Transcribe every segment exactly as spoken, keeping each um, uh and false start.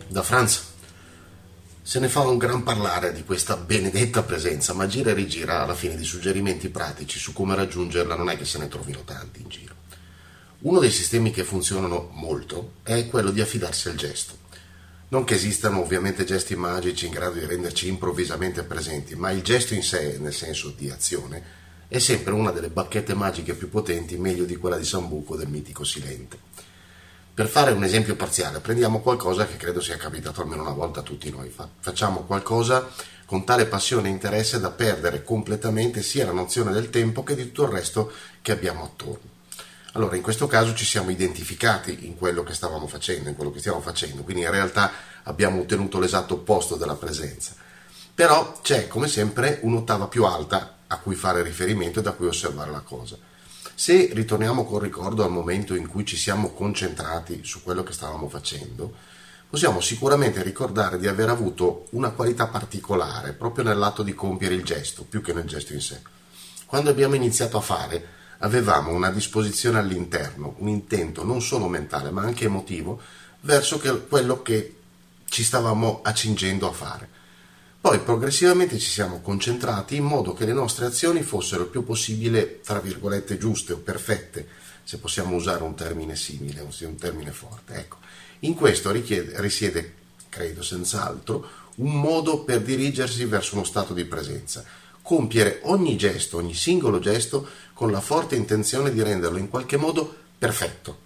da Franz. Se ne fa un gran parlare di questa benedetta presenza, ma gira e rigira alla fine di suggerimenti pratici su come raggiungerla non è che se ne trovino tanti in giro. Uno dei sistemi che funzionano molto è quello di affidarsi al gesto. Non che esistano ovviamente gesti magici in grado di renderci improvvisamente presenti, ma il gesto in sé, nel senso di azione, è sempre una delle bacchette magiche più potenti, meglio di quella di Sambuco del mitico Silente. Per fare un esempio parziale, prendiamo qualcosa che credo sia capitato almeno una volta a tutti noi. Facciamo qualcosa con tale passione e interesse da perdere completamente sia la nozione del tempo che di tutto il resto che abbiamo attorno. Allora, in questo caso ci siamo identificati in quello che stavamo facendo, in quello che stiamo facendo, quindi in realtà abbiamo ottenuto l'esatto opposto della presenza. Però c'è, come sempre, un'ottava più alta a cui fare riferimento e da cui osservare la cosa. Se ritorniamo col ricordo al momento in cui ci siamo concentrati su quello che stavamo facendo, possiamo sicuramente ricordare di aver avuto una qualità particolare proprio nell'atto di compiere il gesto, più che nel gesto in sé. Quando abbiamo iniziato a fare, avevamo una disposizione all'interno, un intento non solo mentale ma anche emotivo verso che, quello che ci stavamo accingendo a fare. Poi progressivamente ci siamo concentrati in modo che le nostre azioni fossero il più possibile, tra virgolette, giuste o perfette, se possiamo usare un termine simile, ossia un termine forte. Ecco, in questo richiede, risiede, credo senz'altro, un modo per dirigersi verso uno stato di presenza, compiere ogni gesto, ogni singolo gesto, con la forte intenzione di renderlo in qualche modo perfetto.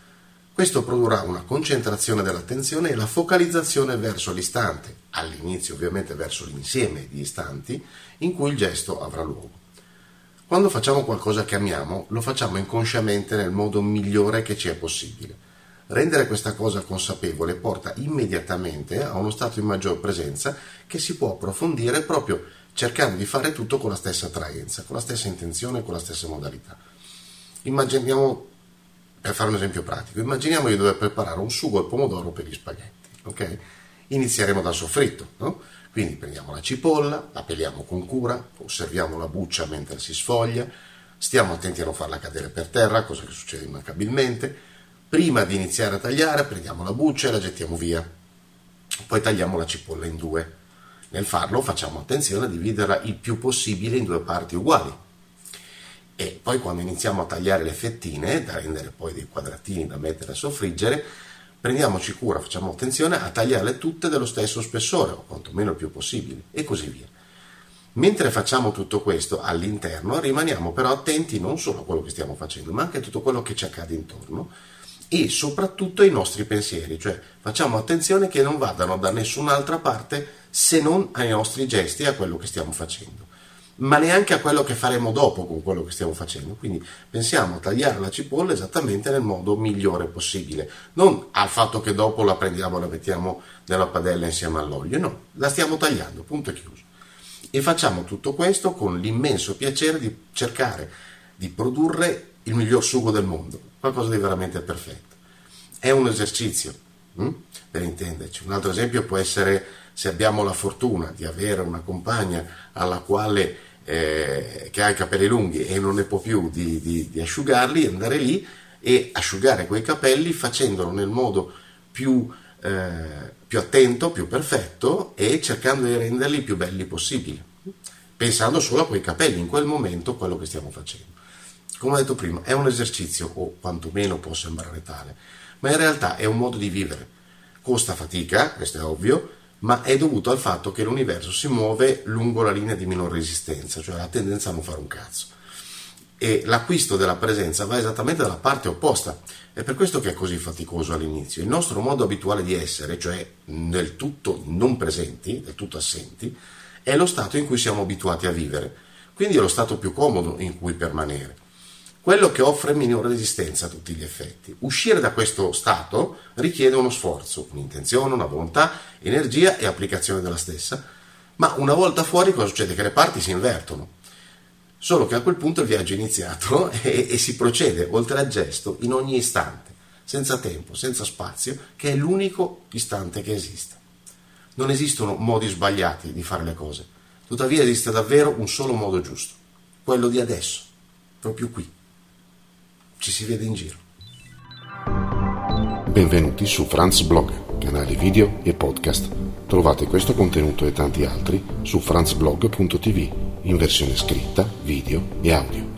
Questo produrrà una concentrazione dell'attenzione e la focalizzazione verso l'istante, all'inizio ovviamente verso l'insieme di istanti in cui il gesto avrà luogo. Quando facciamo qualcosa che amiamo, lo facciamo inconsciamente nel modo migliore che ci è possibile. Rendere questa cosa consapevole porta immediatamente a uno stato di maggior presenza che si può approfondire proprio cercando di fare tutto con la stessa traenza, con la stessa intenzione, con la stessa modalità. Immaginiamo, per fare un esempio pratico, immaginiamo di dover preparare un sugo al pomodoro per gli spaghetti, ok? Inizieremo dal soffritto, no? Quindi prendiamo la cipolla, la peliamo con cura, osserviamo la buccia mentre si sfoglia, stiamo attenti a non farla cadere per terra, cosa che succede immancabilmente. Prima di iniziare a tagliare, prendiamo la buccia e la gettiamo via. Poi tagliamo la cipolla in due. Nel farlo facciamo attenzione a dividerla il più possibile in due parti uguali. E poi quando iniziamo a tagliare le fettine, da rendere poi dei quadratini da mettere a soffriggere, prendiamoci cura, facciamo attenzione a tagliarle tutte dello stesso spessore, o quantomeno il più possibile, e così via. Mentre facciamo tutto questo all'interno, rimaniamo però attenti non solo a quello che stiamo facendo, ma anche a tutto quello che ci accade intorno e soprattutto ai nostri pensieri, cioè facciamo attenzione che non vadano da nessun'altra parte se non ai nostri gesti e a quello che stiamo facendo, ma neanche a quello che faremo dopo con quello che stiamo facendo. Quindi pensiamo a tagliare la cipolla esattamente nel modo migliore possibile, non al fatto che dopo la prendiamo e la mettiamo nella padella insieme all'olio, no, la stiamo tagliando, punto e chiuso. E facciamo tutto questo con l'immenso piacere di cercare di produrre il miglior sugo del mondo, qualcosa di veramente perfetto. È un esercizio, hm? per intenderci. Un altro esempio può essere se abbiamo la fortuna di avere una compagna alla quale eh, che ha i capelli lunghi e non ne può più di, di, di asciugarli, andare lì e asciugare quei capelli facendolo nel modo più, eh, più attento, più perfetto e cercando di renderli più belli possibili, pensando solo a quei capelli, in quel momento quello che stiamo facendo. Come ho detto prima, è un esercizio, o quantomeno può sembrare tale, ma in realtà è un modo di vivere. Costa fatica, questo è ovvio, ma è dovuto al fatto che l'universo si muove lungo la linea di minor resistenza, cioè la tendenza a non fare un cazzo. E l'acquisto della presenza va esattamente dalla parte opposta. È per questo che è così faticoso all'inizio. Il nostro modo abituale di essere, cioè del tutto non presenti, del tutto assenti, è lo stato in cui siamo abituati a vivere. Quindi è lo stato più comodo in cui permanere. Quello che offre minore resistenza a tutti gli effetti. Uscire da questo stato richiede uno sforzo, un'intenzione, una volontà, energia e applicazione della stessa, ma una volta fuori cosa succede? Che le parti si invertono. Solo che a quel punto il viaggio è iniziato e, e si procede oltre al gesto in ogni istante, senza tempo, senza spazio, che è l'unico istante che esiste. Non esistono modi sbagliati di fare le cose, tuttavia esiste davvero un solo modo giusto, quello di adesso, proprio qui. Ci si vede in giro. Benvenuti su Franz Blog, canali video e podcast. Trovate questo contenuto e tanti altri su franzblog punto tv in versione scritta, video e audio.